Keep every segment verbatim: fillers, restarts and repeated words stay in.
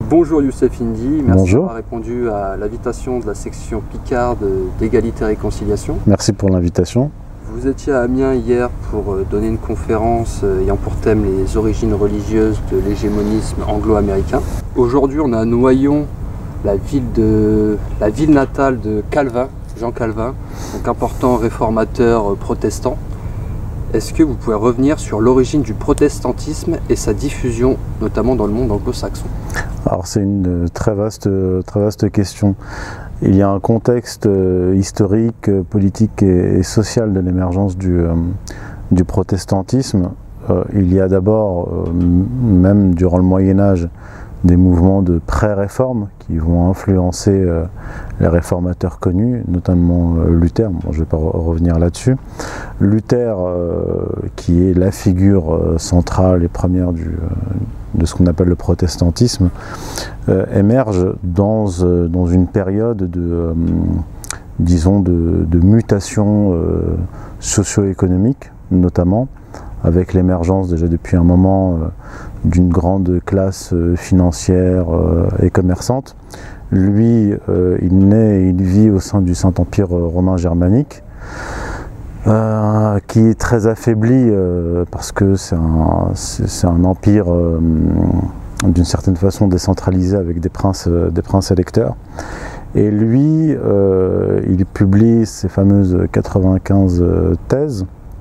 Bonjour Youssef Indy, merci Bonjour. d'avoir répondu à l'invitation de la section Picard d'Égalité et Réconciliation. Merci pour l'invitation. Vous étiez à Amiens hier pour donner une conférence ayant pour thème les origines religieuses de l'hégémonisme anglo-américain. Aujourd'hui, on est à Noyon, la ville, de, la ville natale de Calvin, Jean Calvin, donc important réformateur protestant. Est-ce que vous pouvez revenir sur l'origine du protestantisme et sa diffusion, notamment dans le monde anglo-saxon? Alors c'est une très vaste, très vaste question. Il y a un contexte historique, politique et social de l'émergence du, du protestantisme. Il y a d'abord, même durant le Moyen-Âge, des mouvements de pré-réforme qui vont influencer les réformateurs connus, notamment Luther. Bon, je ne vais pas revenir là-dessus. Luther, qui est la figure centrale et première du, de ce qu'on appelle le protestantisme, émerge dans, dans une période de, disons, de, de mutation socio-économique, notamment, avec l'émergence déjà depuis un moment euh, d'une grande classe euh, financière euh, et commerçante. Lui, euh, il naît et il vit au sein du Saint-Empire romain germanique, euh, qui est très affaibli euh, parce que c'est un, c'est un empire euh, d'une certaine façon décentralisé avec des princes, euh, des princes électeurs. Et lui, euh, il publie ses fameuses quatre-vingt-quinze thèses,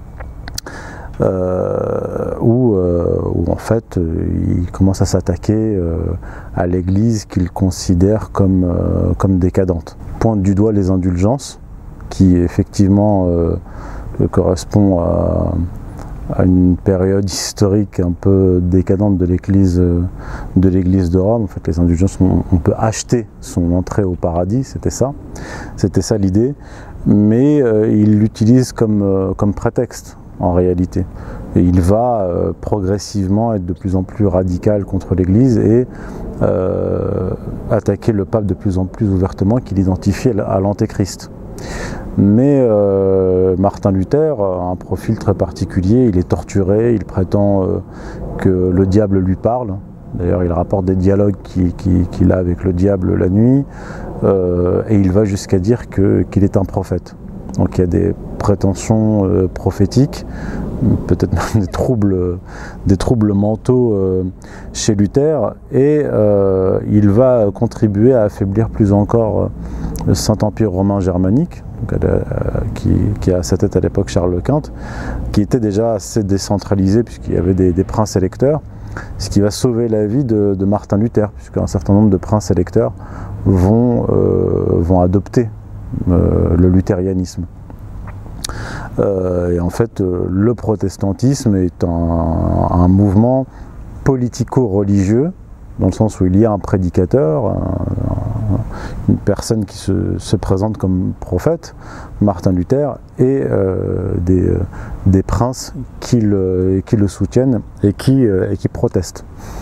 Euh, où, euh, où en fait euh, il commence à s'attaquer euh, à l'Église qu'il considère comme, euh, comme décadente. Pointe du doigt les indulgences, qui effectivement euh, correspond à, à une période historique un peu décadente de l'Église de l'Église de Rome. En fait, les indulgences, on, on peut acheter son entrée au paradis, c'était ça, c'était ça l'idée, mais euh, il l'utilise comme, euh, comme prétexte. En réalité. Et il va euh, progressivement être de plus en plus radical contre l'Église et euh, attaquer le pape de plus en plus ouvertement, qu'il identifie à l'antéchrist. Mais euh, Martin Luther a un profil très particulier, il est torturé, il prétend euh, que le diable lui parle. D'ailleurs, il rapporte des dialogues qu'il qui, qui a avec le diable la nuit, euh, et il va jusqu'à dire que, qu'il est un prophète. Donc il y a des prétentions euh, prophétiques, peut-être même des troubles, des troubles mentaux euh, chez Luther, et euh, il va contribuer à affaiblir plus encore euh, le Saint-Empire romain germanique, donc, euh, qui, qui a à sa tête à l'époque Charles Quint, qui était déjà assez décentralisé puisqu'il y avait des, des princes électeurs, ce qui va sauver la vie de, de Martin Luther, puisqu'un certain nombre de princes électeurs vont, euh, vont adopter Euh, le luthérianisme. Euh, et en fait, euh, le protestantisme est un, un mouvement politico-religieux, dans le sens où il y a un prédicateur, un, une personne qui se, se présente comme prophète, Martin Luther, et euh, des, des princes qui le, qui le soutiennent et qui, euh, et qui protestent.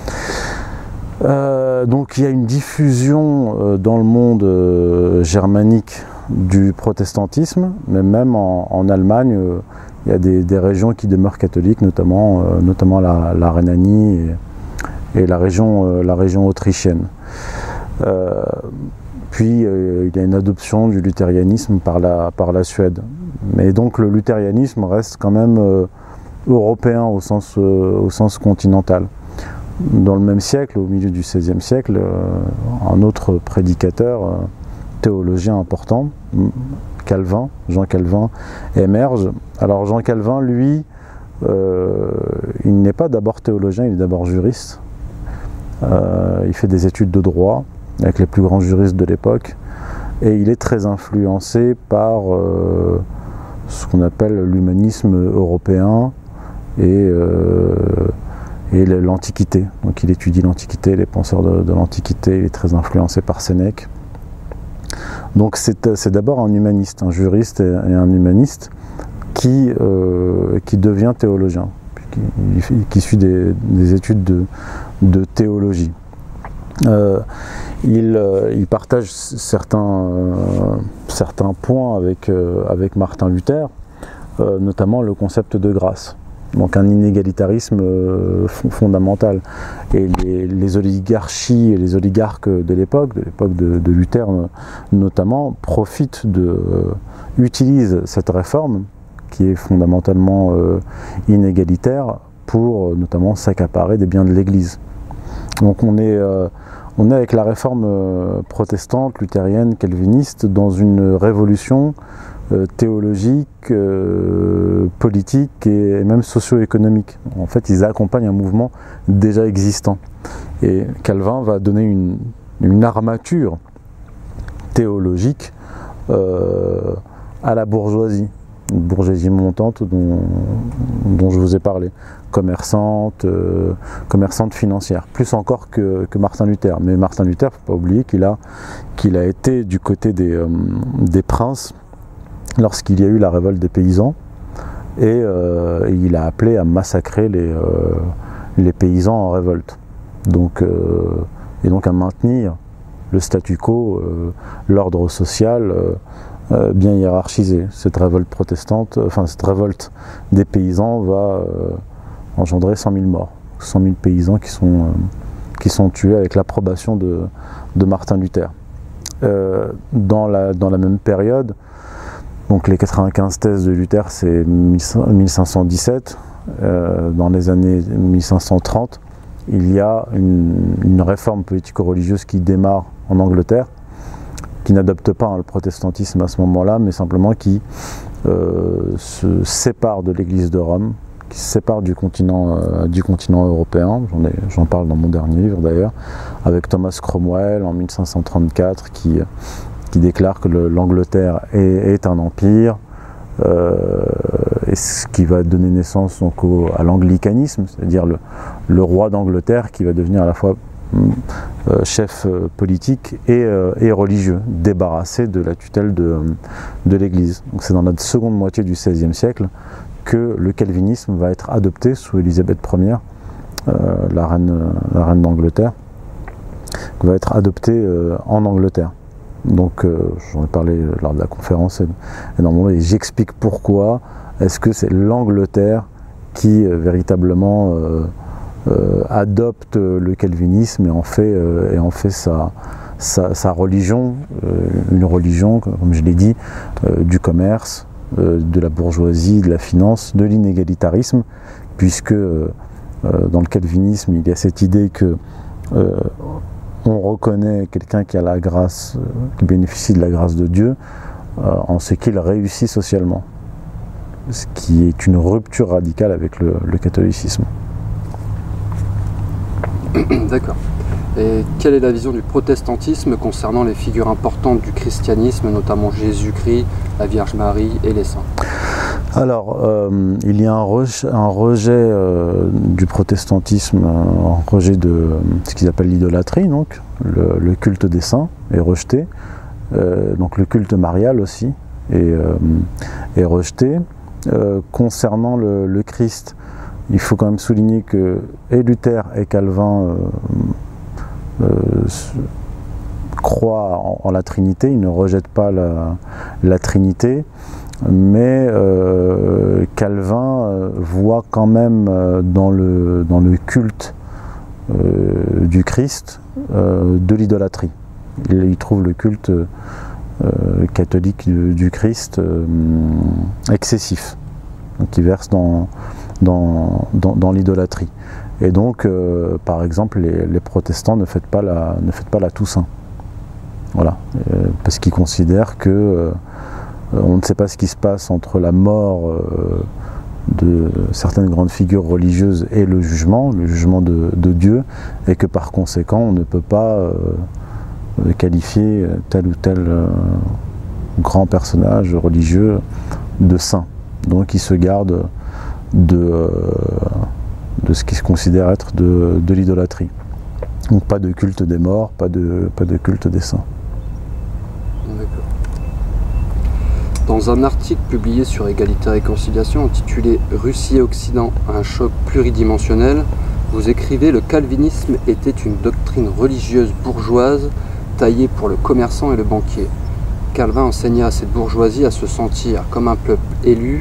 Euh, donc il y a une diffusion euh, dans le monde euh, germanique du protestantisme, mais même en, en Allemagne, euh, il y a des, des régions qui demeurent catholiques, notamment, euh, notamment la, la Rhénanie et, et la, région, euh, la région autrichienne. Euh, puis euh, il y a une adoption du luthérianisme par la, par la Suède. Mais donc le luthérianisme reste quand même euh, européen au sens, euh, au sens continental. Dans le même siècle, au milieu du seizième siècle, euh, un autre prédicateur, euh, théologien important, Calvin, Jean Calvin, émerge. Alors Jean Calvin, lui, euh, il n'est pas d'abord théologien, il est d'abord juriste. Euh, il fait des études de droit avec les plus grands juristes de l'époque, et il est très influencé par euh, ce qu'on appelle l'humanisme européen et euh, et l'Antiquité. Donc il étudie l'Antiquité, les penseurs de, de l'Antiquité, il est très influencé par Sénèque. Donc c'est d'abord un humaniste, un juriste et, et un humaniste qui, euh, qui devient théologien, qui, qui suit des, des études de, de théologie. Euh, il, euh, il partage certains, euh, certains points avec, euh, avec Martin Luther, euh, notamment le concept de grâce. donc un inégalitarisme euh, fondamental. Et les, les oligarchies et les oligarques de l'époque, de l'époque de, de Luther notamment, profitent de, euh, utilisent cette réforme qui est fondamentalement euh, inégalitaire pour euh, notamment s'accaparer des biens de l'Église. Donc on est, euh, on est avec la réforme euh, protestante, luthérienne, calviniste dans une révolution euh, théologique, euh, politique et, et même socio-économique. En fait, ils accompagnent un mouvement déjà existant. Et Calvin va donner une, une armature théologique euh, à la bourgeoisie. Une bourgeoisie montante dont, dont je vous ai parlé, commerçante, euh, commerçante financière, plus encore que, que Martin Luther. Mais Martin Luther, il ne faut pas oublier qu'il a, qu'il a été du côté des, euh, des princes lorsqu'il y a eu la révolte des paysans, et, euh, et il a appelé à massacrer les, euh, les paysans en révolte. Donc, euh, et donc à maintenir le statu quo, euh, l'ordre social, euh, Euh, bien hiérarchisé. Cette révolte protestante, euh, enfin cette révolte des paysans va euh, engendrer cent mille morts, cent mille paysans qui sont, euh, qui sont tués avec l'approbation de, de Martin Luther. Euh, dans, la, dans la même période, donc les quatre-vingt-quinze thèses de Luther, c'est mille cinq cent dix-sept, euh, dans les années mille cinq cent trente, il y a une, une réforme politico-religieuse qui démarre en Angleterre, qui n'adopte pas hein, le protestantisme à ce moment-là, mais simplement qui euh, se sépare de l'Église de Rome, qui se sépare du continent, euh, du continent européen. J'en ai, j'en parle dans mon dernier livre d'ailleurs, avec Thomas Cromwell en mille cinq cent trente-quatre, qui, qui déclare que l'Angleterre est, est un empire, euh, et ce qui va donner naissance donc, au, à l'anglicanisme, c'est-à-dire le, le roi d'Angleterre qui va devenir à la fois Euh, chef euh, politique et, euh, et religieux, débarrassé de la tutelle de, de l'Église. Donc c'est dans la seconde moitié du seizième siècle que le calvinisme va être adopté sous Élisabeth première, euh, la reine, la reine d'Angleterre, va être adopté euh, en Angleterre. Donc euh, j'en ai parlé lors de la conférence et, et dans mon livre, et j'explique pourquoi est-ce que c'est l'Angleterre qui euh, véritablement euh, Euh, adopte le calvinisme et en fait, euh, et en fait sa, sa, sa religion, euh, une religion, comme je l'ai dit, euh, du commerce, euh, de la bourgeoisie, de la finance, de l'inégalitarisme, puisque euh, dans le calvinisme, il y a cette idée que euh, on reconnaît quelqu'un qui a la grâce, euh, qui bénéficie de la grâce de Dieu, euh, en ce qu'il réussit socialement, ce qui est une rupture radicale avec le, le catholicisme. D'accord. Et quelle est la vision du protestantisme concernant les figures importantes du christianisme, notamment Jésus-Christ, la Vierge Marie et les saints? Alors, euh, il y a un rejet, un rejet euh, du protestantisme, un rejet de ce qu'ils appellent l'idolâtrie, donc le, le culte des saints est rejeté, euh, donc le culte marial aussi est, euh, est rejeté. Euh, concernant le, le Christ, il faut quand même souligner que et Luther et Calvin euh, euh, croient en, en la Trinité, ils ne rejettent pas la, la Trinité, mais euh, Calvin euh, voit quand même euh, dans, le, dans le culte euh, du Christ euh, de l'idolâtrie. Il, il trouve le culte euh, catholique du, du Christ euh, excessif, donc il verse dans dans, dans, dans l'idolâtrie. Et donc, euh, par exemple, les, les protestants ne fêtent pas la, ne fêtent pas la Toussaint. Voilà. Euh, parce qu'ils considèrent que euh, on ne sait pas ce qui se passe entre la mort euh, de certaines grandes figures religieuses et le jugement, le jugement de, de Dieu, et que par conséquent, on ne peut pas euh, qualifier tel ou tel euh, grand personnage religieux de saint. Donc, ils se gardent De, euh, de ce qui se considère être de, de l'idolâtrie. Donc pas de culte des morts, pas de, pas de culte des saints. D'accord. Dans un article publié sur Égalité et Réconciliation intitulé « Russie et Occident, un choc pluridimensionnel », vous écrivez « Le calvinisme était une doctrine religieuse bourgeoise taillée pour le commerçant et le banquier. Calvin enseigna à cette bourgeoisie à se sentir comme un peuple élu,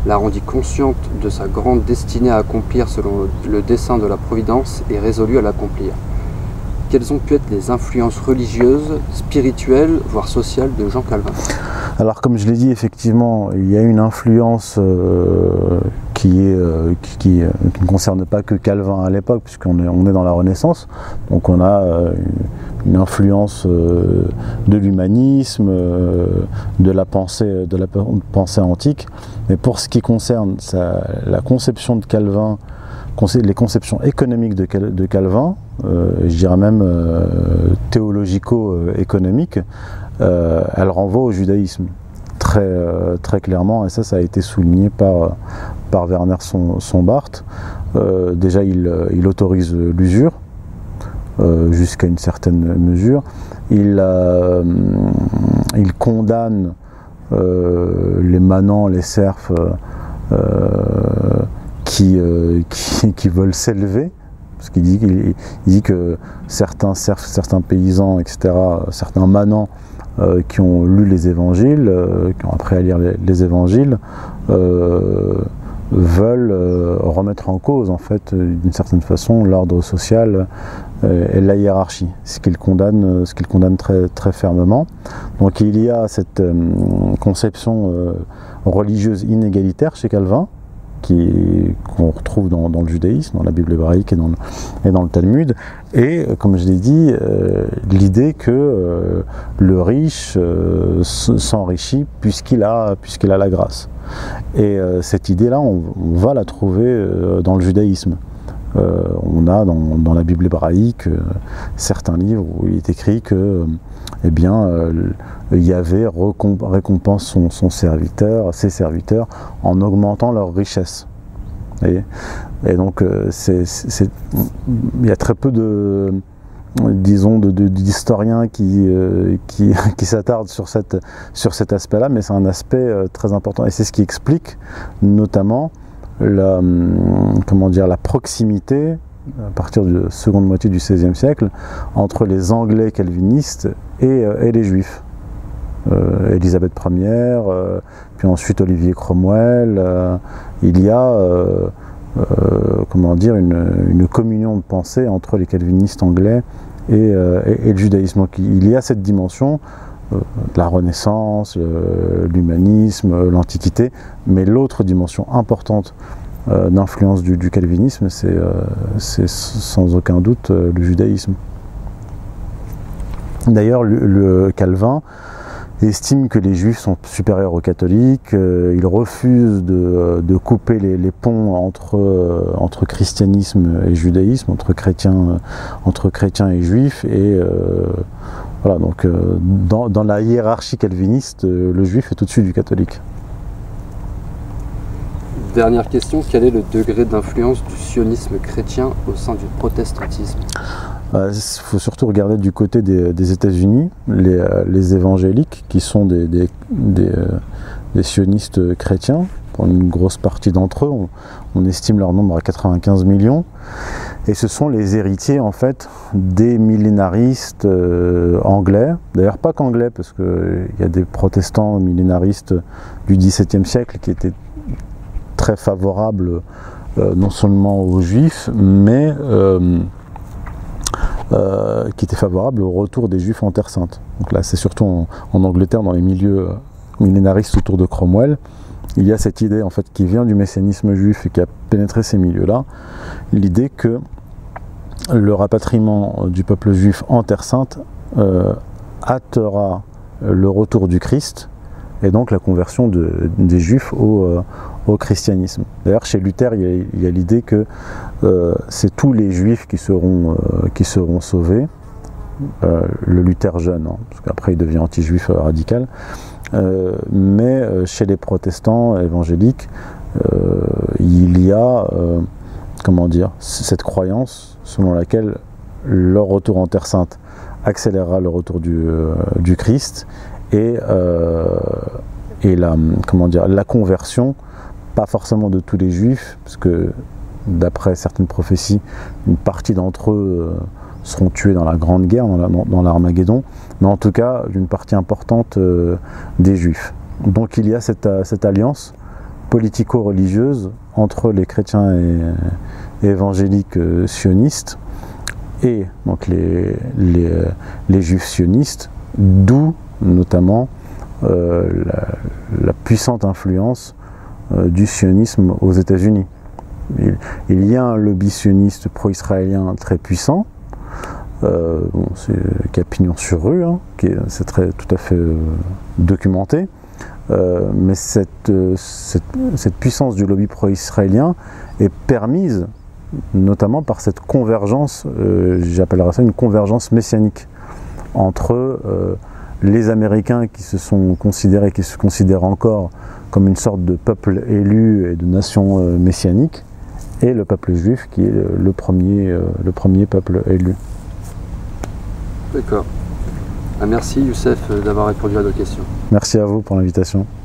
la rendit consciente de sa grande destinée à accomplir selon le dessein de la Providence et résolue à l'accomplir. Quelles ont pu être les influences religieuses, spirituelles, voire sociales de Jean Calvin? Alors comme je l'ai dit, effectivement, il y a une influence euh, qui, est, euh, qui, qui, euh, qui ne concerne pas que Calvin à l'époque, puisqu'on est, on est dans la Renaissance. Donc on a euh, une influence euh, de l'humanisme, euh, de la pensée, de la pensée antique. Mais pour ce qui concerne sa, la conception de Calvin, les conceptions économiques de, Cal, de Calvin, euh, je dirais même euh, théologico-économiques, euh, elle renvoie au judaïsme très, euh, très clairement, et ça, ça a été souligné par, par Werner Sombart. Euh, déjà, il, il autorise l'usure euh, jusqu'à une certaine mesure. Il, euh, il condamne euh, les manants, les serfs, euh, Qui, euh, qui, qui veulent s'élever, parce qu'il dit, il, il dit que certains serfs, certains paysans, et cetera, certains manants euh, qui ont lu les évangiles, euh, qui ont appris à lire les, les évangiles, euh, veulent euh, remettre en cause, en fait, d'une certaine façon, l'ordre social euh, et la hiérarchie, ce qu'il condamne, ce qu'il condamne très, très fermement. Donc il y a cette euh, conception euh, religieuse inégalitaire chez Calvin, qu'on retrouve dans, dans le judaïsme, dans la Bible hébraïque et dans le, et dans le Talmud, et comme je l'ai dit, euh, l'idée que euh, le riche euh, s'enrichit puisqu'il a, puisqu'il a la grâce. Et euh, cette idée-là, on, on va la trouver euh, dans le judaïsme. Euh, on a dans, dans la Bible hébraïque euh, certains livres où il est écrit que euh, eh bien, euh, Yahvé récompense son, son serviteur, ses serviteurs en augmentant leur richesse. Et, et donc, euh, c'est, c'est, il y a très peu de, disons, de, de, d'historiens qui, euh, qui, qui s'attardent sur, cette, sur cet aspect-là, mais c'est un aspect euh, très important. Et c'est ce qui explique notamment la, comment dire, la proximité, à partir de la seconde moitié du seizième siècle, entre les Anglais calvinistes et, et les Juifs. Euh, Élisabeth première, euh, puis ensuite Olivier Cromwell. Euh, il y a euh, euh, comment dire, une, une communion de pensée entre les calvinistes anglais et, euh, et, et le judaïsme. Donc il y a cette dimension euh, de la Renaissance, euh, l'humanisme, l'Antiquité, mais l'autre dimension importante euh, d'influence du, du calvinisme, c'est euh, sans aucun doute euh, le judaïsme. D'ailleurs, le, le Calvin estime que les juifs sont supérieurs aux catholiques, euh, il refuse de, de couper les, les ponts entre, euh, entre christianisme et judaïsme, entre chrétiens, euh, entre chrétiens et juifs, et euh, voilà, donc euh, dans, dans la hiérarchie calviniste, euh, le juif est au-dessus du catholique. Dernière question, quel est le degré d'influence du sionisme chrétien au sein du protestantisme ? Il faut surtout regarder du côté des, des États-Unis, les, les évangéliques qui sont des, des, des, des sionistes chrétiens. Pour une grosse partie d'entre eux, on, on estime leur nombre à quatre-vingt-quinze millions. Et ce sont les héritiers en fait des millénaristes euh, anglais. D'ailleurs pas qu'anglais, parce qu'il euh, y a des protestants millénaristes du dix-septième siècle qui étaient très favorables euh, non seulement aux juifs, mais euh, Euh, qui était favorable au retour des Juifs en Terre Sainte. Donc là, c'est surtout en, en Angleterre, dans les milieux millénaristes autour de Cromwell, il y a cette idée en fait qui vient du messianisme juif et qui a pénétré ces milieux-là, l'idée que le rapatriement du peuple juif en Terre Sainte euh, hâtera le retour du Christ et donc la conversion de, des Juifs au, euh, au christianisme. D'ailleurs, chez Luther, il y a, il y a l'idée que euh, c'est tous les Juifs qui seront, euh, qui seront sauvés. Euh, le Luther jeune, hein, parce qu'après il devient anti-juif euh, radical. Euh, mais euh, chez les protestants évangéliques, euh, il y a, euh, comment dire, cette croyance selon laquelle leur retour en Terre Sainte accélérera le retour du, euh, du Christ et, euh, et la, comment dire, la conversion, pas forcément de tous les juifs, parce que d'après certaines prophéties, une partie d'entre eux euh, seront tués dans la Grande Guerre, dans l'Armageddon, mais en tout cas d'une partie importante euh, des juifs. Donc il y a cette, cette alliance politico-religieuse entre les chrétiens et, et évangéliques euh, sionistes et donc les, les, les juifs sionistes, d'où notamment euh, la, la puissante influence euh, du sionisme aux États-Unis. Il, il y a un lobby sioniste pro-israélien très puissant, euh, bon, qui a pignon sur rue, hein, c'est tout à fait euh, documenté, euh, mais cette, euh, cette, cette puissance du lobby pro-israélien est permise notamment par cette convergence, euh, j'appellerais ça une convergence messianique, entre euh, les Américains qui se sont considérés, qui se considèrent encore comme une sorte de peuple élu et de nation euh, messianique, et le peuple juif qui est le premier, euh, le premier peuple élu. D'accord. Merci Youssef d'avoir répondu à nos questions. Merci à vous pour l'invitation.